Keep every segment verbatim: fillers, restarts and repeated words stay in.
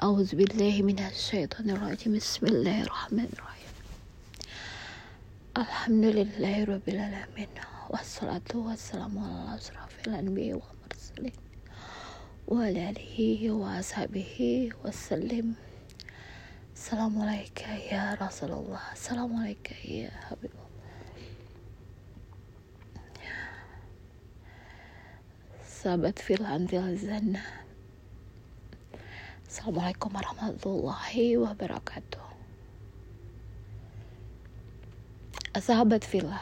A'udzubillahi minasyaitonirrajim. Bismillahirrahmanirrahim. Alhamdulillahirabbil alamin. Wassalatu wassalamu ala asrofil anbiya'i wal mursalin wa ala alihi wa ashabihi wasallim. Assalamualaikum ya Rasulullah. Assalamualaikum ya Habibullah. Sahabat fil antil zannah, Assalamualaikum warahmatullahi wabarakatuh. Sahabat villa,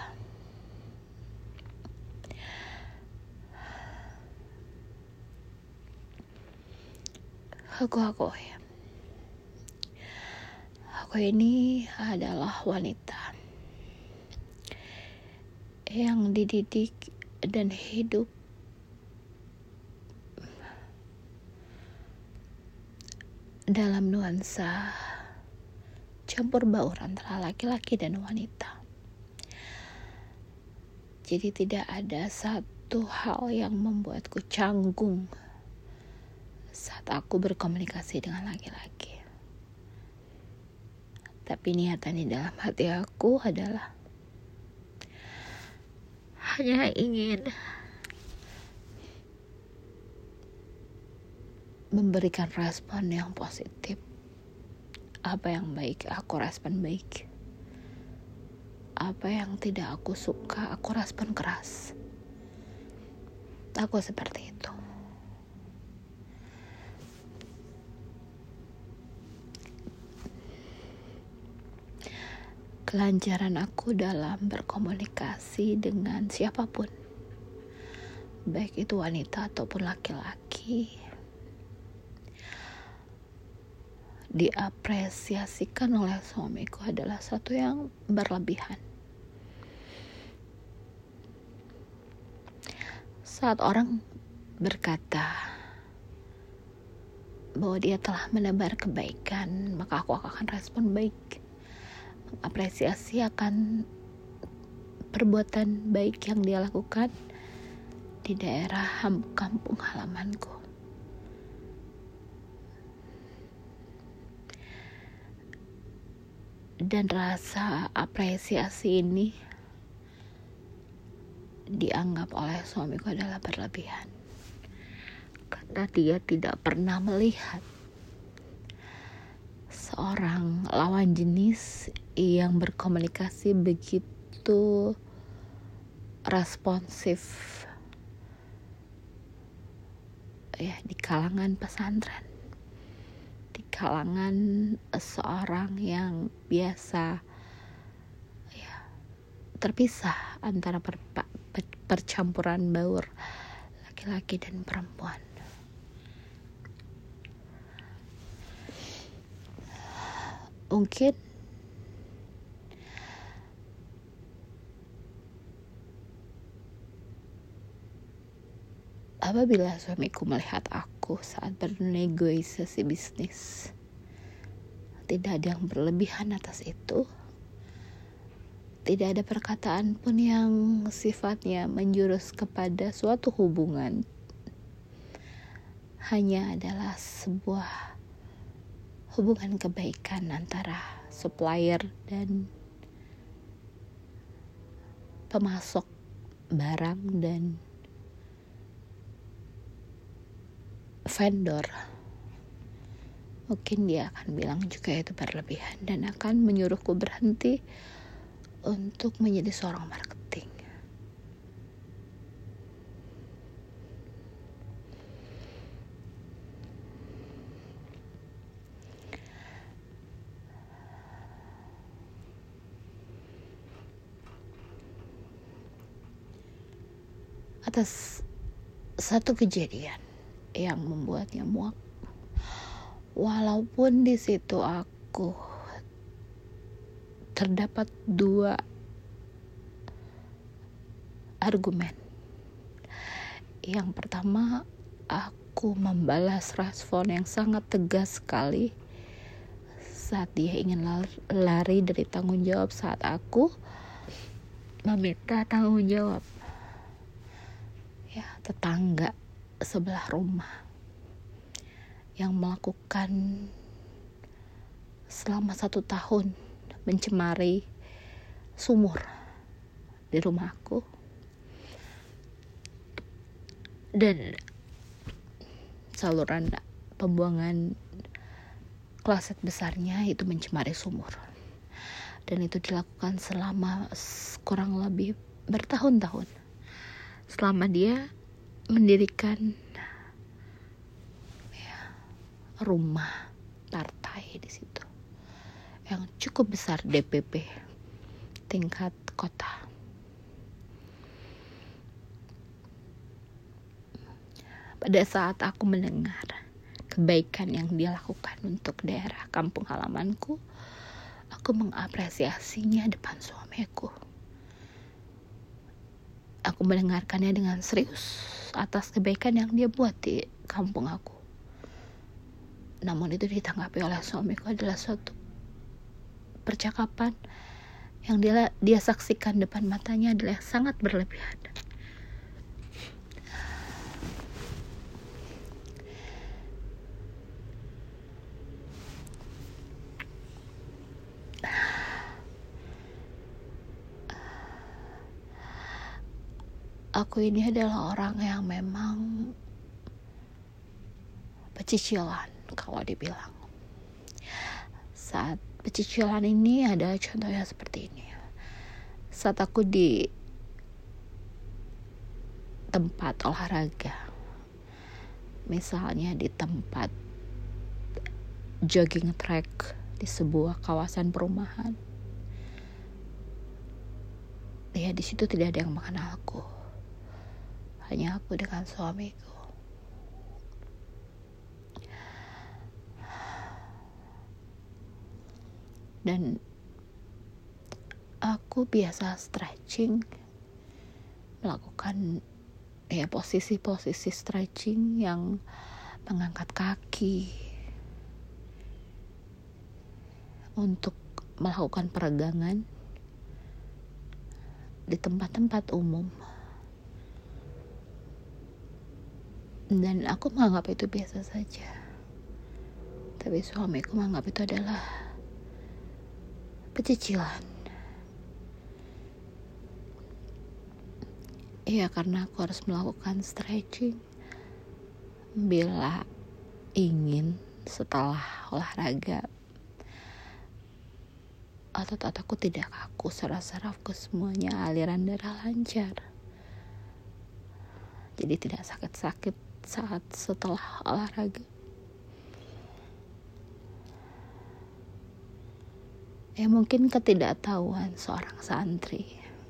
aku aku ya. Aku ini adalah wanita yang dididik dan hidup dalam nuansa campur baur antara laki-laki dan wanita. Jadi tidak ada satu hal yang membuatku canggung saat aku berkomunikasi dengan laki-laki. Tapi niatan di dalam hati aku adalah hanya ingin memberikan respon yang positif. Apa yang baik, aku respon baik. Apa yang tidak aku suka, aku respon keras. Aku seperti itu. Kelancaran aku dalam berkomunikasi dengan siapapun, baik itu wanita ataupun laki-laki, diapresiasikan oleh suamiku adalah satu yang berlebihan. Saat orang berkata bahwa dia telah menebar kebaikan, maka aku akan respon baik, mengapresiasi akan perbuatan baik yang dia lakukan di daerah kampung halamanku. Dan rasa apresiasi ini dianggap oleh suamiku adalah berlebihan, karena dia tidak pernah melihat seorang lawan jenis yang berkomunikasi begitu responsif ya di kalangan pesantren, di kalangan seorang yang biasa ya terpisah antara per, per, percampuran baur laki-laki dan perempuan. Mungkin apabila suamiku melihat aku saat bernegosiasi bisnis, tidak ada yang berlebihan atas itu. Tidak ada perkataan pun yang sifatnya menjurus kepada suatu hubungan. Hanya adalah sebuah hubungan kebaikan antara supplier dan pemasok barang dan vendor. Mungkin dia akan bilang juga itu berlebihan dan akan menyuruhku berhenti untuk menjadi seorang marketing. Atas satu kejadian yang membuatnya muak, walaupun di situ aku terdapat dua argumen. Yang pertama, aku membalas respon yang sangat tegas sekali saat dia ingin lari dari tanggung jawab saat aku meminta tanggung jawab. Ya, tetangga sebelah rumah yang melakukan selama satu tahun mencemari sumur di rumah aku, dan saluran pembuangan kloset besarnya itu mencemari sumur, dan itu dilakukan selama kurang lebih bertahun-tahun, selama dia mendirikan ya, rumah partai di situ yang cukup besar, D P P tingkat kota. Pada saat aku mendengar kebaikan yang dia lakukan untuk daerah kampung halamanku, aku mengapresiasinya depan suamiku. Aku mendengarkannya dengan serius atas kebaikan yang dia buat di kampung aku. Namun itu ditanggapi oleh suamiku adalah suatu percakapan yang dia, dia saksikan depan matanya adalah sangat berlebihan. Aku ini adalah orang yang memang pecicilan kalau dibilang. Saat pecicilan ini ada contohnya seperti ini. Saat aku di tempat olahraga, misalnya di tempat jogging track di sebuah kawasan perumahan, ya di situ tidak ada yang mengenalku, hanya aku dengan suamiku. Dan aku biasa stretching, melakukan ya posisi-posisi stretching yang mengangkat kaki untuk melakukan peregangan di tempat-tempat umum. Dan aku menganggap itu biasa saja. Tapi suamiku menganggap itu adalah pecicilan. Iya, karena aku harus melakukan stretching bila ingin setelah olahraga otot-ototku tidak kaku, saraf-sarafku semuanya aliran darah lancar, jadi tidak sakit-sakit saat setelah olahraga. Ya mungkin ketidaktahuan seorang santri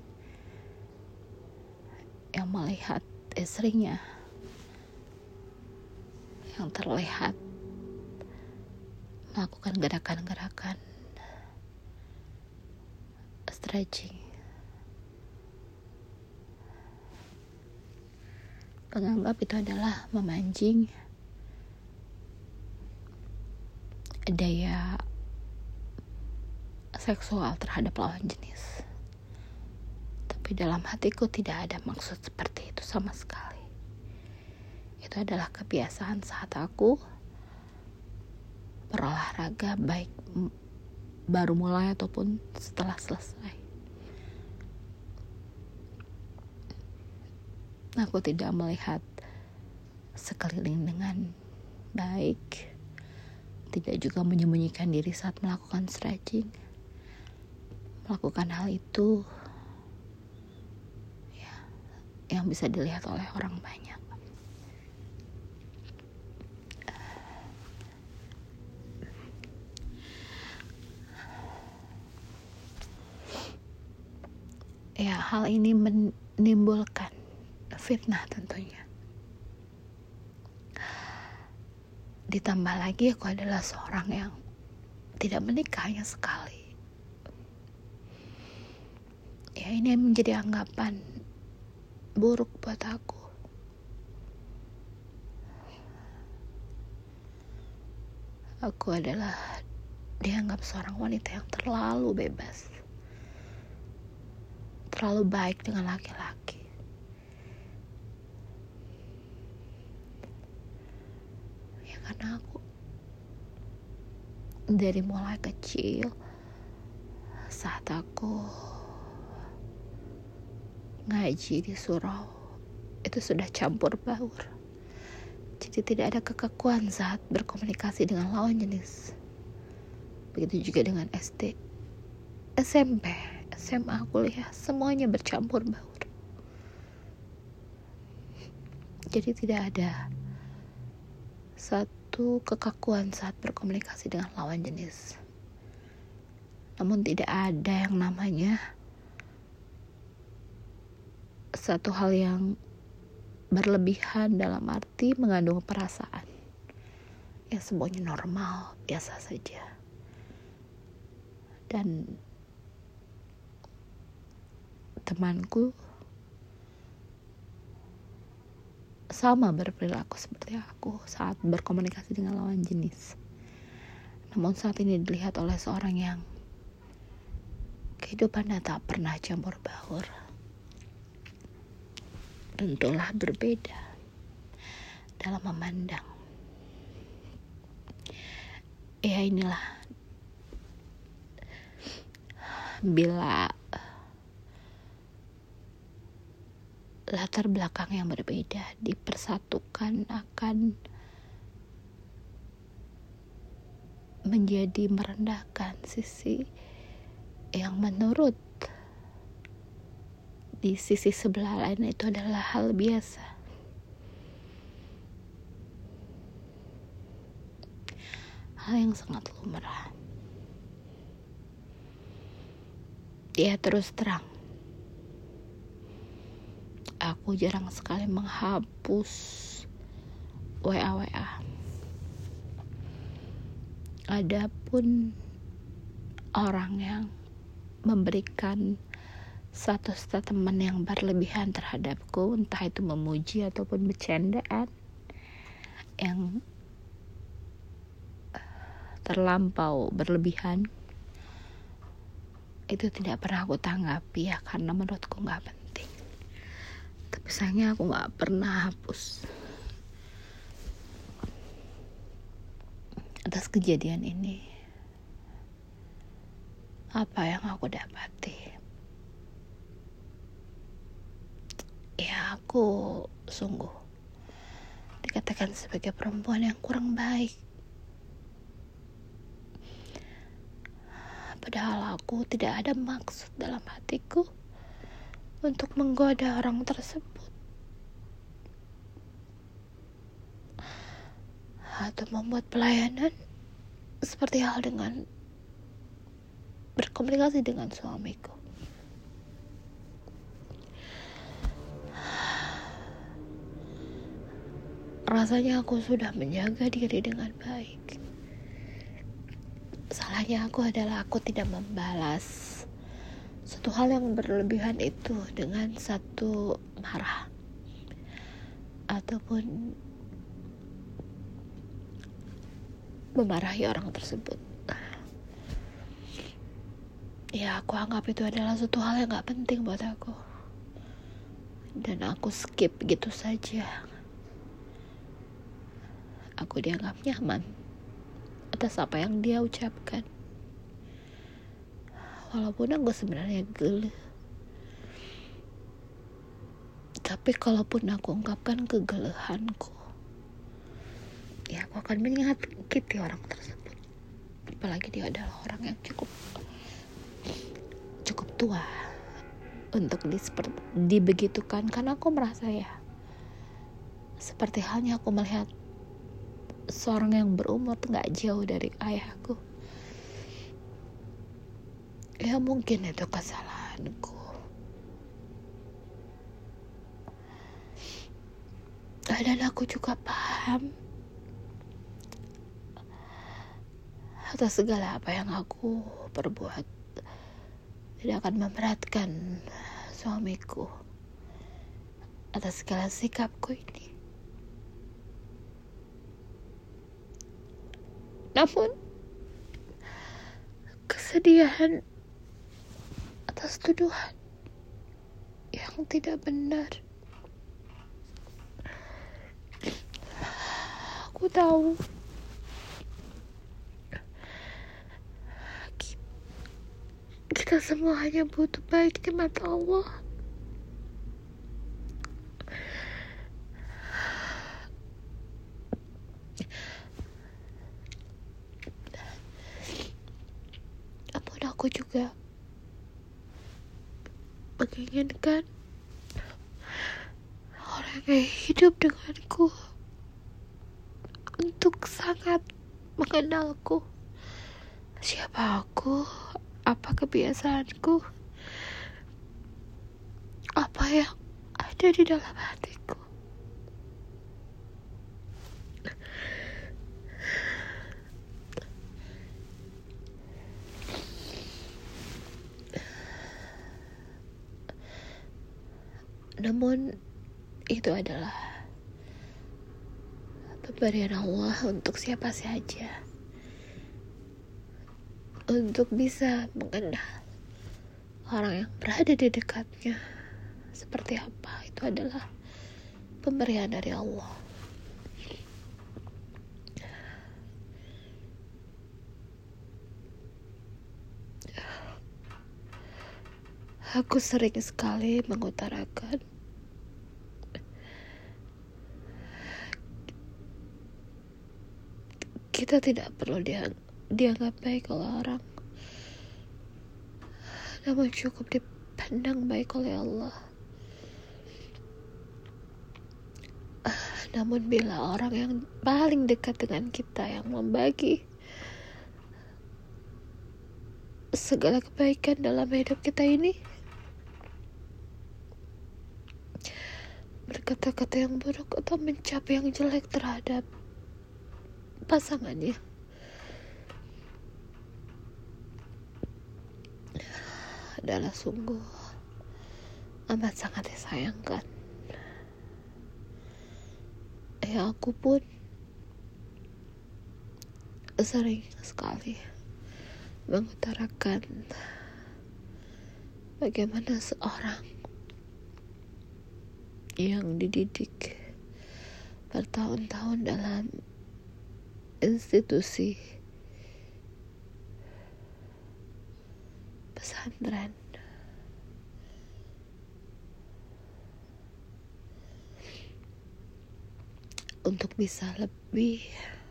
yang melihat istrinya yang terlihat melakukan gerakan-gerakan stretching, menganggap itu adalah memancing daya seksual terhadap lawan jenis. Tapi dalam hatiku tidak ada maksud seperti itu sama sekali. Itu adalah kebiasaan saat aku berolahraga, baik baru mulai ataupun setelah selesai. Aku tidak melihat sekeliling dengan baik, tidak juga menyembunyikan diri saat melakukan stretching. Melakukan hal itu ya, yang bisa dilihat oleh orang banyak. Ya, hal ini menimbulkan fitnah tentunya. Ditambah lagi aku adalah seorang yang tidak menikah, hanya sekali. Ya, ini menjadi anggapan buruk buat aku. Aku adalah dianggap seorang wanita yang terlalu bebas, terlalu baik dengan laki-laki. karena aku dari mulai kecil, saat aku ngaji di surau, itu sudah campur baur. Jadi tidak ada kekakuan saat berkomunikasi dengan lawan jenis. Begitu juga dengan S D, S M P, S M A, kuliah, semuanya bercampur baur. Jadi tidak ada satu kekakuan saat berkomunikasi dengan lawan jenis. Namun tidak ada yang namanya satu hal yang berlebihan dalam arti mengandung perasaan. Ya semuanya normal, biasa saja. Dan temanku sama berperilaku seperti aku saat berkomunikasi dengan lawan jenis. Namun saat ini dilihat oleh seorang yang kehidupannya tak pernah campur baur, tentulah berbeda dalam memandang. Ya inilah, bila latar belakang yang berbeda dipersatukan akan menjadi merendahkan sisi yang menurut di sisi sebelah lain itu adalah hal biasa. Hal yang sangat lumrah. Ya terus terang, aku jarang sekali menghapus W A W A. Adapun orang yang memberikan satu statement yang berlebihan terhadapku, entah itu memuji ataupun bercandaan yang terlampau berlebihan, itu tidak pernah aku tanggapi ya, karena menurutku gak penting. Tapi sayangnya aku gak pernah hapus. Atas kejadian ini, apa yang aku dapati? Ya aku sungguh dikatakan sebagai perempuan yang kurang baik. Padahal aku tidak ada maksud dalam hatiku untuk menggoda orang tersebut atau membuat pelayanan seperti hal dengan berkomunikasi dengan suamiku. Rasanya aku sudah menjaga diri dengan baik. Salahnya aku adalah aku tidak membalas satu hal yang berlebihan itu dengan satu marah ataupun memarahi orang tersebut. Ya aku anggap itu adalah suatu hal yang gak penting buat aku, dan aku skip gitu saja. Aku dianggap nyaman atas apa yang dia ucapkan, walaupun aku sebenarnya geli. Tapi kalaupun aku ungkapkan kegelihanku, ya aku akan menyakiti orang tersebut. Apalagi dia adalah orang yang cukup cukup tua untuk disper- dibegitukan. Karena aku merasa ya, seperti halnya aku melihat seorang yang berumur gak jauh dari ayahku. Ya mungkin itu kesalahanku. Dan aku juga paham atas segala apa yang aku perbuat tidak akan memberatkan suamiku atas segala sikapku ini. Namun kesedihan atas tuduhan yang tidak benar, aku aku tahu kita semua hanya butuh baik di mata Allah. Namun aku juga menginginkan orang yang hidup denganku untuk sangat mengenalku. Siapa aku? Apa kebiasaanku? Apa yang ada di dalam hatiku? Namun itu adalah pemberian Allah untuk siapa saja, untuk bisa mengenal orang yang berada di dekatnya seperti apa. Itu adalah pemberian dari Allah. Aku sering sekali mengutarakan kita tidak perlu diang- dianggap baik oleh orang, namun cukup dipandang baik oleh Allah. Namun bila orang yang paling dekat dengan kita yang membagi segala kebaikan dalam hidup kita ini berkata-kata yang buruk atau mencap yang jelek terhadap pasangannya, adalah sungguh amat sangat disayangkan. Ya, aku pun sering sekali mengutarakan bagaimana seorang yang dididik bertahun-tahun dalam institusi pesantren untuk bisa lebih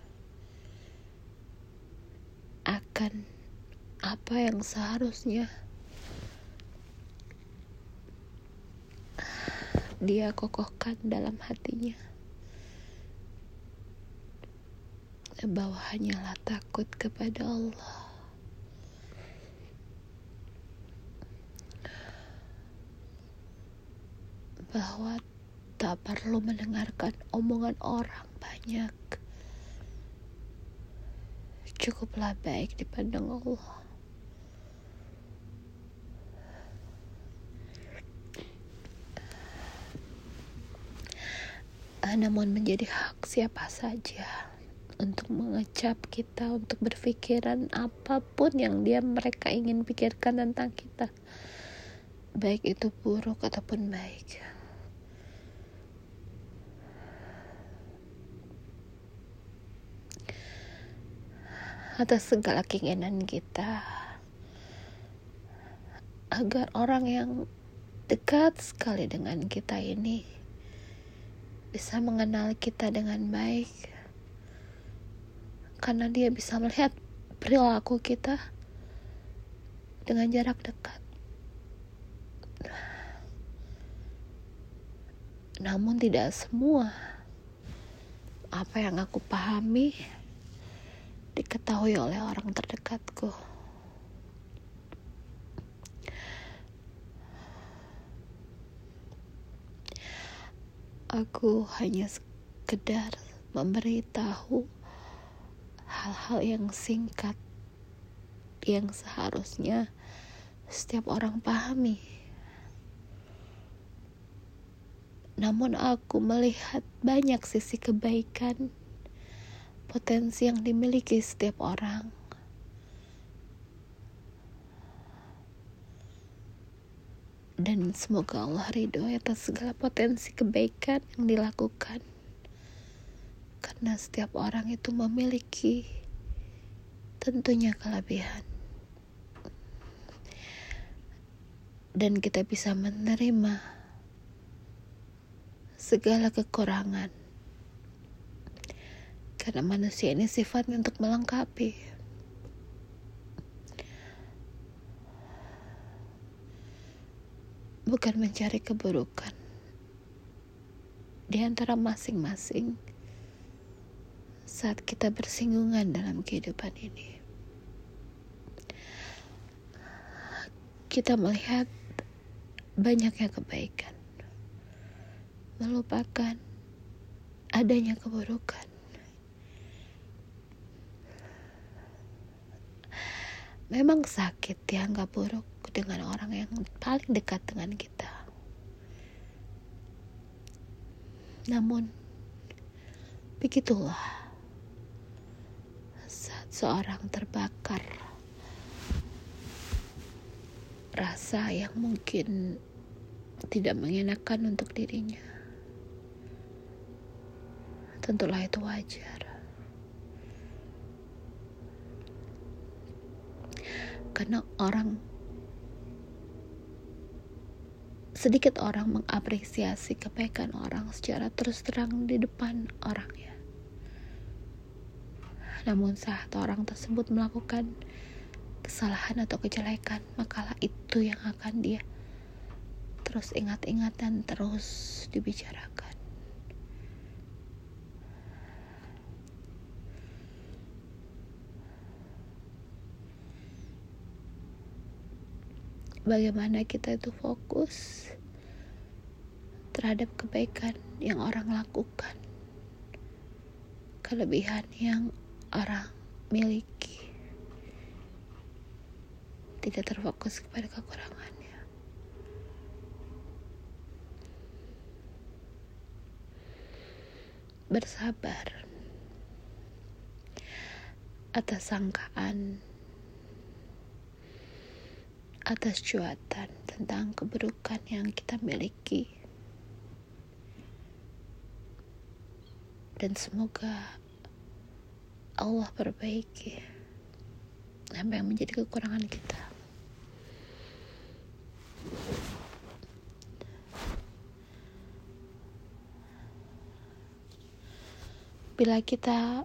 akan apa yang seharusnya dia kokohkan dalam hatinya, bahwa hanyalah takut kepada Allah, bahwa tak perlu mendengarkan omongan orang banyak, cukuplah baik dipandang Allah. Namun menjadi hak siapa saja untuk mengecap kita, untuk berpikiran apapun yang dia mereka ingin pikirkan tentang kita, baik itu buruk ataupun baik. Atas segala keinginan kita agar orang yang dekat sekali dengan kita ini bisa mengenal kita dengan baik, karena dia bisa melihat perilaku kita dengan jarak dekat. Namun tidak semua apa yang aku pahami diketahui oleh orang terdekatku. Aku hanya sekedar memberitahu hal-hal yang singkat yang seharusnya setiap orang pahami. Namun aku melihat banyak sisi kebaikan, potensi yang dimiliki setiap orang. Dan semoga Allah ridho atas segala potensi kebaikan yang dilakukan. Karena setiap orang itu memiliki tentunya kelebihan. Dan kita bisa menerima segala kekurangan. Karena manusia ini sifatnya untuk melengkapi. Bukan mencari keburukan di antara masing-masing saat kita bersinggungan dalam kehidupan ini. Kita melihat banyaknya kebaikan, melupakan adanya keburukan. Memang sakit dianggap buruk dengan orang yang paling dekat dengan kita. Namun, begitulah saat seorang terbakar rasa yang mungkin tidak mengenakan untuk dirinya. Tentulah itu wajar. Karena orang sedikit orang mengapresiasi kebaikan orang secara terus terang di depan orangnya. Namun saat orang tersebut melakukan kesalahan atau kejelekan, makalah itu yang akan dia terus ingat-ingat dan terus dibicarakan. Bagaimana kita itu fokus terhadap kebaikan yang orang lakukan, kelebihan yang orang miliki, tidak terfokus kepada kekurangannya. Bersabar atas sangkaan, atas cuatan tentang keburukan yang kita miliki. Dan semoga Allah perbaiki apa yang menjadi kekurangan kita. Bila kita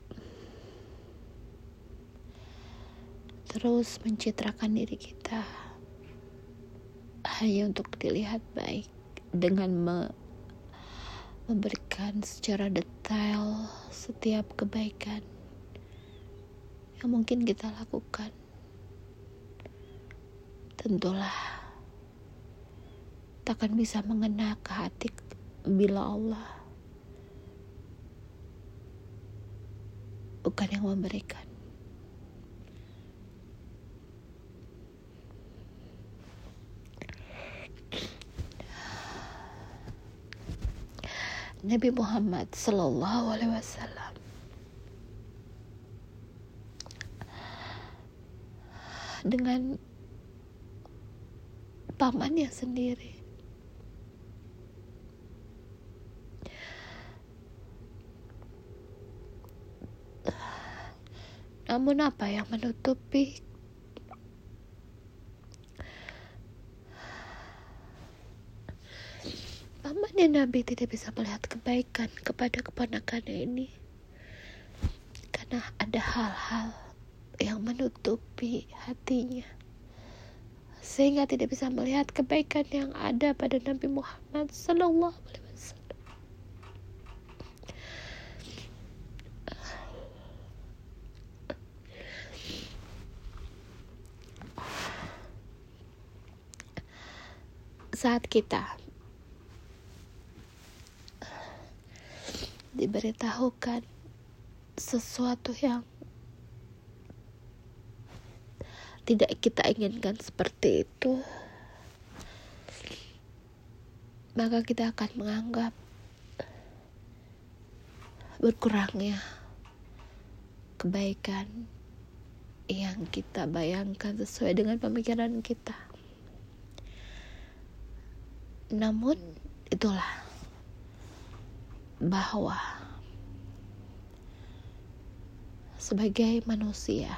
terus mencitrakan diri kita hanya untuk dilihat baik dengan me- memberikan secara detail setiap kebaikan yang mungkin kita lakukan, tentulah takkan bisa mengena ke hati bila Allah bukan yang memberikan. Nabi Muhammad Sallallahu Alaihi Wasallam dengan pamannya sendiri namun apa yang menutupi pamannya Nabi tidak bisa melihat kebaikan kepada keponakannya ini? Karena ada hal-hal yang menutupi hatinya sehingga tidak bisa melihat kebaikan yang ada pada Nabi Muhammad Sallallahu Alaihi Wasallam. Saat kita diberitahukan sesuatu yang tidak kita inginkan seperti itu, maka kita akan menganggap berkurangnya kebaikan yang kita bayangkan sesuai dengan pemikiran kita. Namun itulah bahwa sebagai manusia.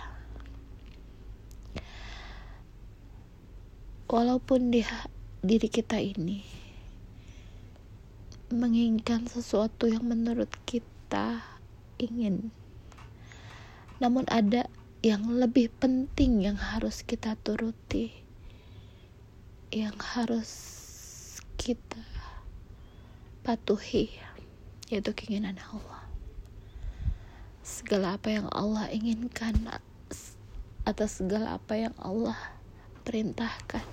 Walaupun dia, diri kita ini menginginkan sesuatu yang menurut kita ingin, namun ada yang lebih penting yang harus kita turuti, yang harus kita patuhi, yaitu keinginan Allah. Segala apa yang Allah inginkan, atas segala apa yang Allah perintahkan,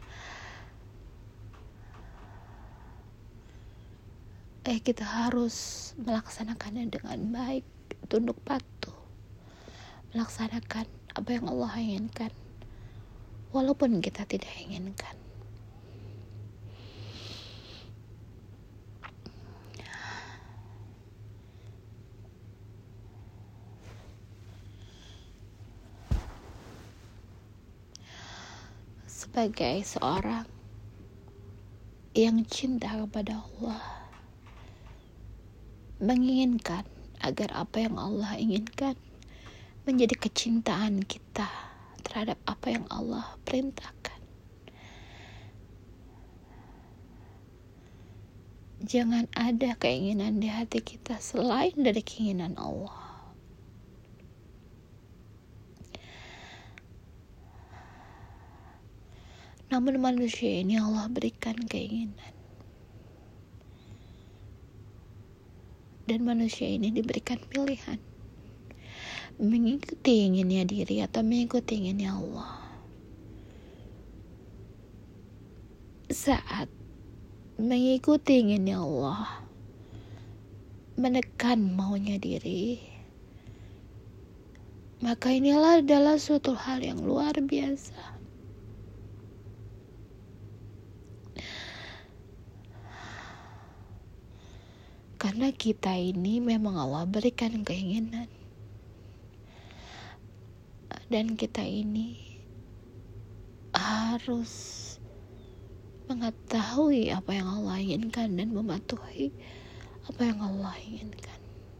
eh kita harus melaksanakannya dengan baik, tunduk patuh, melaksanakan apa yang Allah inginkan walaupun kita tidak inginkan. Sebagai seorang yang cinta kepada Allah, menginginkan agar apa yang Allah inginkan menjadi kecintaan kita terhadap apa yang Allah perintahkan. Jangan ada keinginan di hati kita selain dari keinginan Allah. Namun manusia ini Allah berikan keinginan. Dan manusia ini diberikan pilihan, mengikuti inginnya diri atau mengikuti inginnya Allah. Saat mengikuti inginnya Allah, menekan maunya diri, maka inilah adalah suatu hal yang luar biasa. Karena kita ini memang Allah berikan keinginan. Dan kita ini harus mengetahui apa yang Allah inginkan dan mematuhi apa yang Allah inginkan.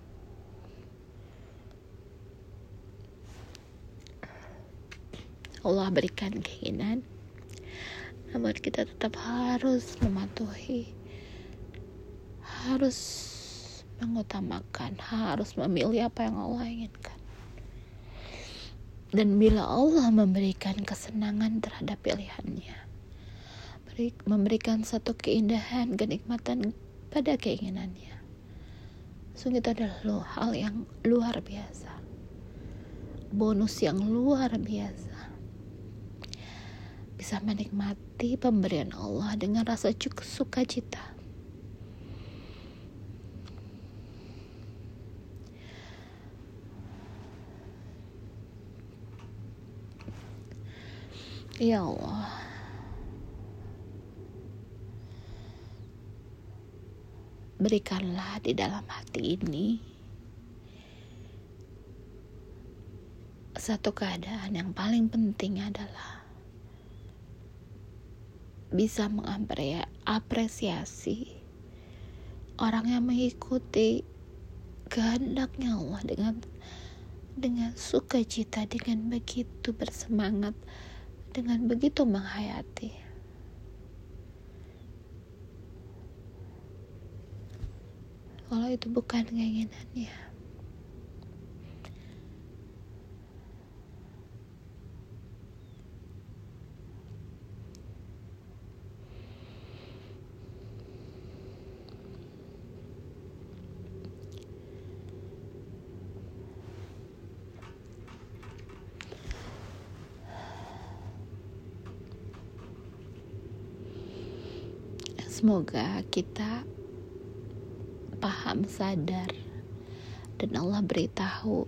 Allah berikan keinginan, namun kita tetap harus mematuhi, harus mengutamakan, harus memilih apa yang Allah inginkan. Dan bila Allah memberikan kesenangan terhadap pilihannya, memberikan satu keindahan, kenikmatan pada keinginannya, sungguh itu adalah hal yang luar biasa, bonus yang luar biasa. Bisa menikmati pemberian Allah dengan rasa cukup sukacita. Ya Allah, berikanlah di dalam hati ini satu keadaan yang paling penting adalah bisa mengapresiasi orang yang mengikuti kehendaknya Allah dengan dengan sukacita, dengan begitu bersemangat, dengan begitu menghayati. Kalau itu bukan keinginannya, semoga kita paham, sadar, dan Allah beritahu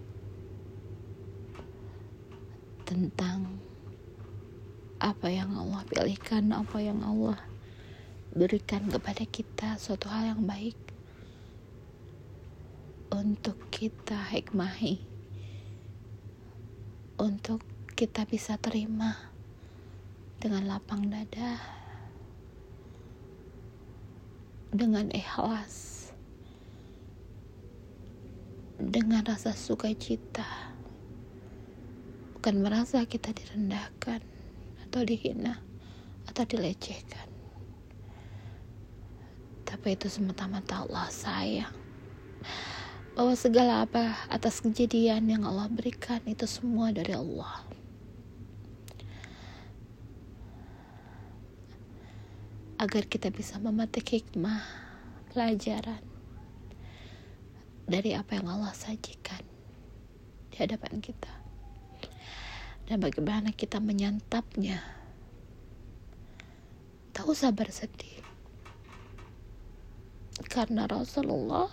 tentang apa yang Allah pilihkan, apa yang Allah berikan kepada kita, suatu hal yang baik untuk kita hikmahi, untuk kita bisa terima dengan lapang dada, dengan ikhlas, dengan rasa sukacita. bukan merasa kita direndahkan atau dihina atau dilecehkan, tapi itu semata-mata Allah sayang bahwa segala apa atas kejadian yang Allah berikan itu semua dari Allah. Agar kita bisa memetik hikmah, pelajaran dari apa yang Allah sajikan di hadapan kita, dan bagaimana kita menyantapnya. Tak usah bersedih, karena Rasulullah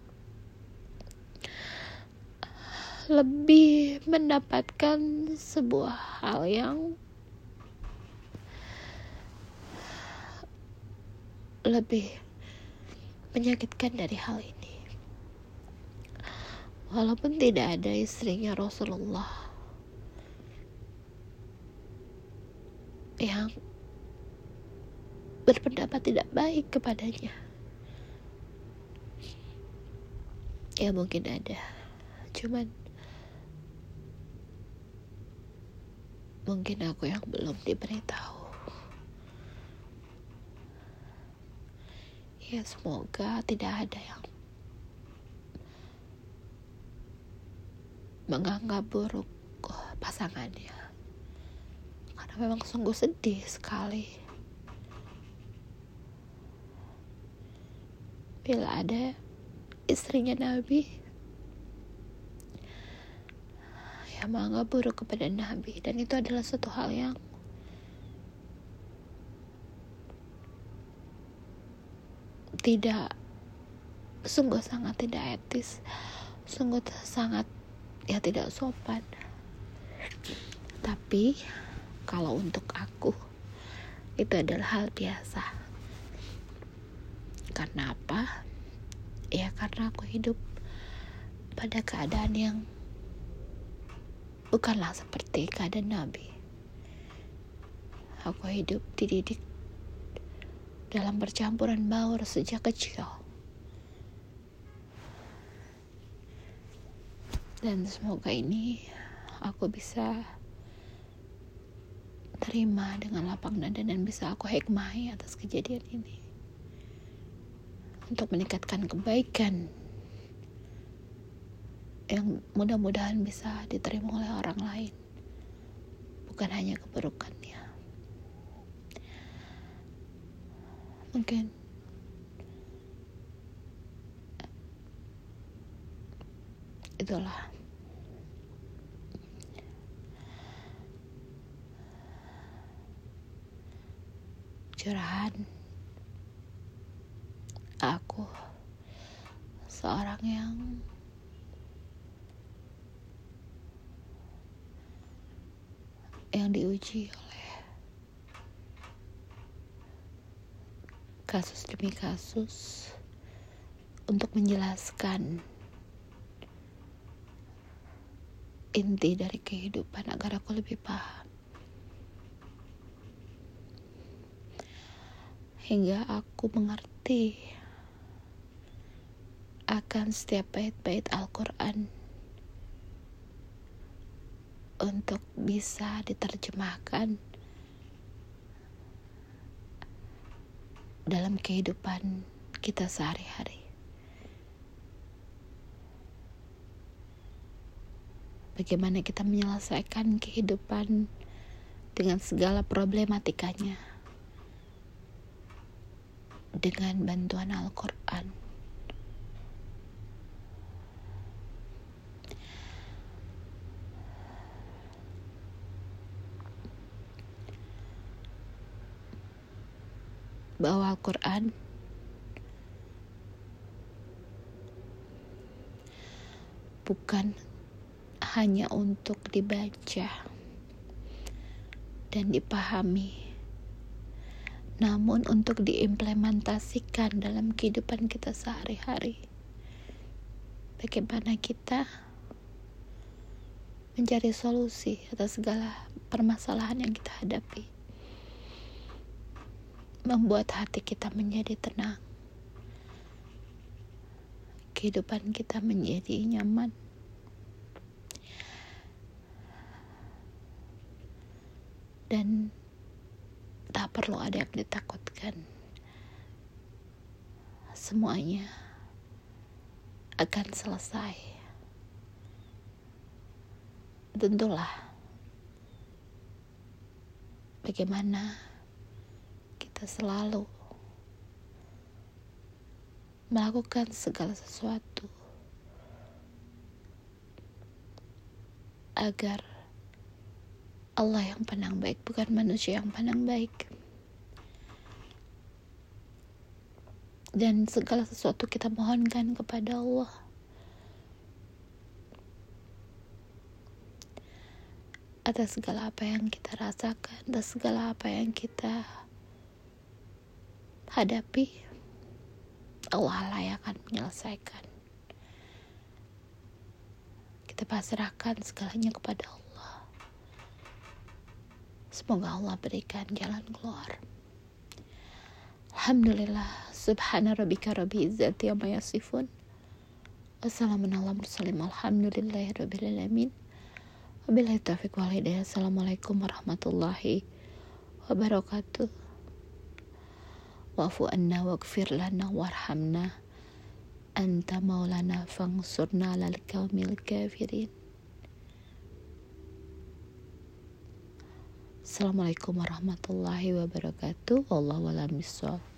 lebih mendapatkan sebuah hal yang lebih menyakitkan dari hal ini. Walaupun tidak ada istrinya Rasulullah yang berpendapat tidak baik kepadanya, ya mungkin ada, cuman mungkin aku yang belum diberitahu. Ya semoga tidak ada yang menganggap buruk pasangannya, karena memang sungguh sedih sekali bila ada istrinya Nabi yang menganggap buruk kepada Nabi, dan itu adalah suatu hal yang tidak, sungguh sangat tidak etis, sungguh sangat ya tidak sopan. Tapi kalau untuk aku itu adalah hal biasa. Karena apa? Ya karena aku hidup pada keadaan yang bukanlah seperti keadaan Nabi. Aku hidup dididik dalam percampuran baur sejak kecil, dan semoga ini aku bisa terima dengan lapang dada dan bisa aku hikmahi atas kejadian ini untuk meningkatkan kebaikan yang mudah-mudahan bisa diterima oleh orang lain, bukan hanya keburukannya. Mungkin itulah curahan aku, seorang yang yang diuji oleh kasus demi kasus untuk menjelaskan inti dari kehidupan agar aku lebih paham, hingga aku mengerti akan setiap bait-bait Al-Quran untuk bisa diterjemahkan dalam kehidupan kita sehari-hari. Bagaimana kita menyelesaikan kehidupan dengan segala problematikanya dengan bantuan Al-Quran. Bahwa Al-Quran bukan hanya untuk dibaca dan dipahami, namun untuk diimplementasikan dalam kehidupan kita sehari-hari. Bagaimana kita mencari solusi atas segala permasalahan yang kita hadapi, membuat hati kita menjadi tenang, kehidupan kita menjadi nyaman, dan tak perlu ada yang ditakutkan. Semuanya akan selesai. Tentulah bagaimana kita selalu melakukan segala sesuatu agar Allah yang pandang baik, bukan manusia yang pandang baik. Dan segala sesuatu kita mohonkan kepada Allah. Atas segala apa yang kita rasakan, atas segala apa yang kita hadapi, Allah lah yang akan menyelesaikan. Kita pasrahkan segalanya kepada Allah. Semoga Allah berikan jalan keluar. Alhamdulillah, subhana rabbika rabbil izzati amma yasifun. Wassalamualaikum warahmatullahi wabarakatuh. Alhamdulillahi rabbil alamin. Wabillahi taufiq wal hidayah. Assalamualaikum warahmatullahi wabarakatuh. Wa'fu anna waghfir lana warhamna anta maulana fangsurna 'alal qaumil kafirin. Assalamualaikum warahmatullahi wabarakatuh. Wallahu a'lam bishawab.